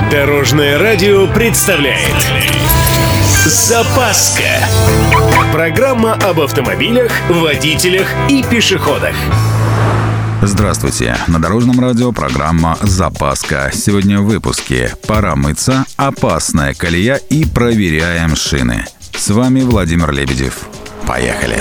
Дорожное радио представляет Запаска. Программа об автомобилях, водителях и пешеходах. Здравствуйте! На Дорожном радио программа «Запаска». Сегодня в выпуске «Пора мыться», «Опасная колея» и «Проверяем шины». С вами Владимир Лебедев. Поехали!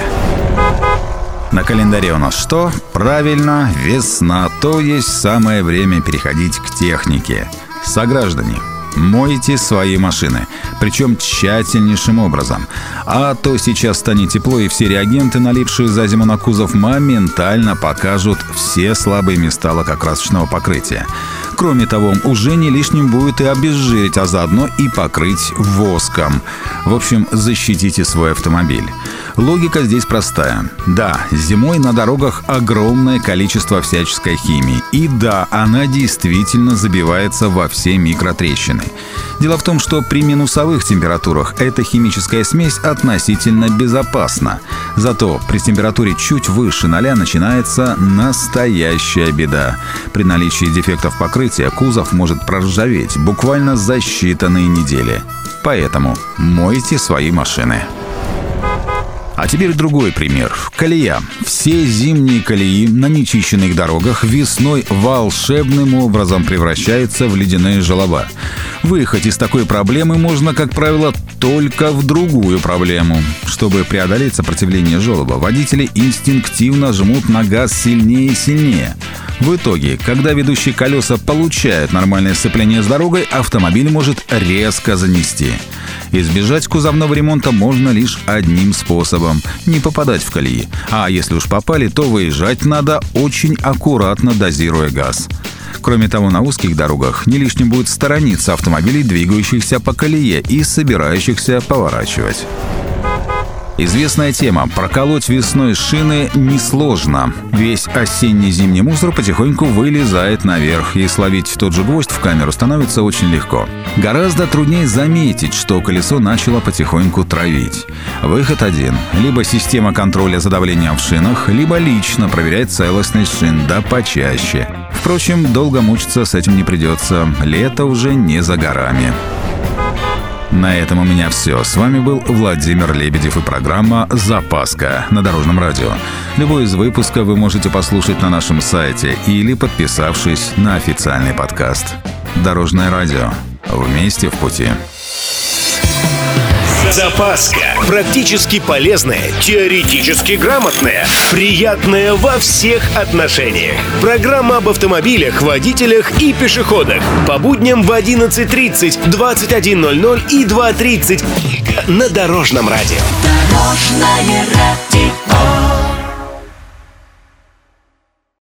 На календаре у нас что? Правильно, весна, то есть самое время переходить к технике. Сограждане, мойте свои машины, причем тщательнейшим образом. А то сейчас станет тепло, и все реагенты, налипшие за зиму на кузов, моментально покажут все слабые места лакокрасочного покрытия. Кроме того, уже не лишним будет и обезжирить, а заодно и покрыть воском. В общем, защитите свой автомобиль. Логика здесь простая. Да, зимой на дорогах огромное количество всяческой химии. И да, она действительно забивается во все микротрещины. Дело в том, что при минусовых температурах эта химическая смесь относительно безопасна. Зато при температуре чуть выше 0 начинается настоящая беда. При наличии дефектов покрытия кузов может проржаветь буквально за считанные недели. Поэтому мойте свои машины. А теперь другой пример. Колея. Все зимние колеи на нечищенных дорогах весной волшебным образом превращаются в ледяные желоба. Выехать из такой проблемы можно, как правило, только в другую проблему. Чтобы преодолеть сопротивление желоба, водители инстинктивно жмут на газ сильнее и сильнее. В итоге, когда ведущие колеса получают нормальное сцепление с дорогой, автомобиль может резко занести. Избежать кузовного ремонта можно лишь одним способом – не попадать в колеи. А если уж попали, то выезжать надо очень аккуратно, дозируя газ. Кроме того, на узких дорогах не лишним будет сторониться автомобилей, двигающихся по колее и собирающихся поворачивать. Известная тема. Проколоть весной шины несложно. Весь осенне-зимний мусор потихоньку вылезает наверх, и словить тот же гвоздь в камеру становится очень легко. Гораздо труднее заметить, что колесо начало потихоньку травить. Выход один. Либо система контроля за давлением в шинах, либо лично проверять целостность шин, да почаще. Впрочем, долго мучиться с этим не придется. Лето уже не за горами. На этом у меня все. С вами был Владимир Лебедев и программа «Запаска» на Дорожном радио. Любой из выпусков вы можете послушать на нашем сайте или подписавшись на официальный подкаст. Дорожное радио. Вместе в пути. Запаска. Практически полезная, теоретически грамотная, приятная во всех отношениях. Программа об автомобилях, водителях и пешеходах. По будням в 11:30, 21:00 и 2:30 на Дорожном радио. Дорожное радио.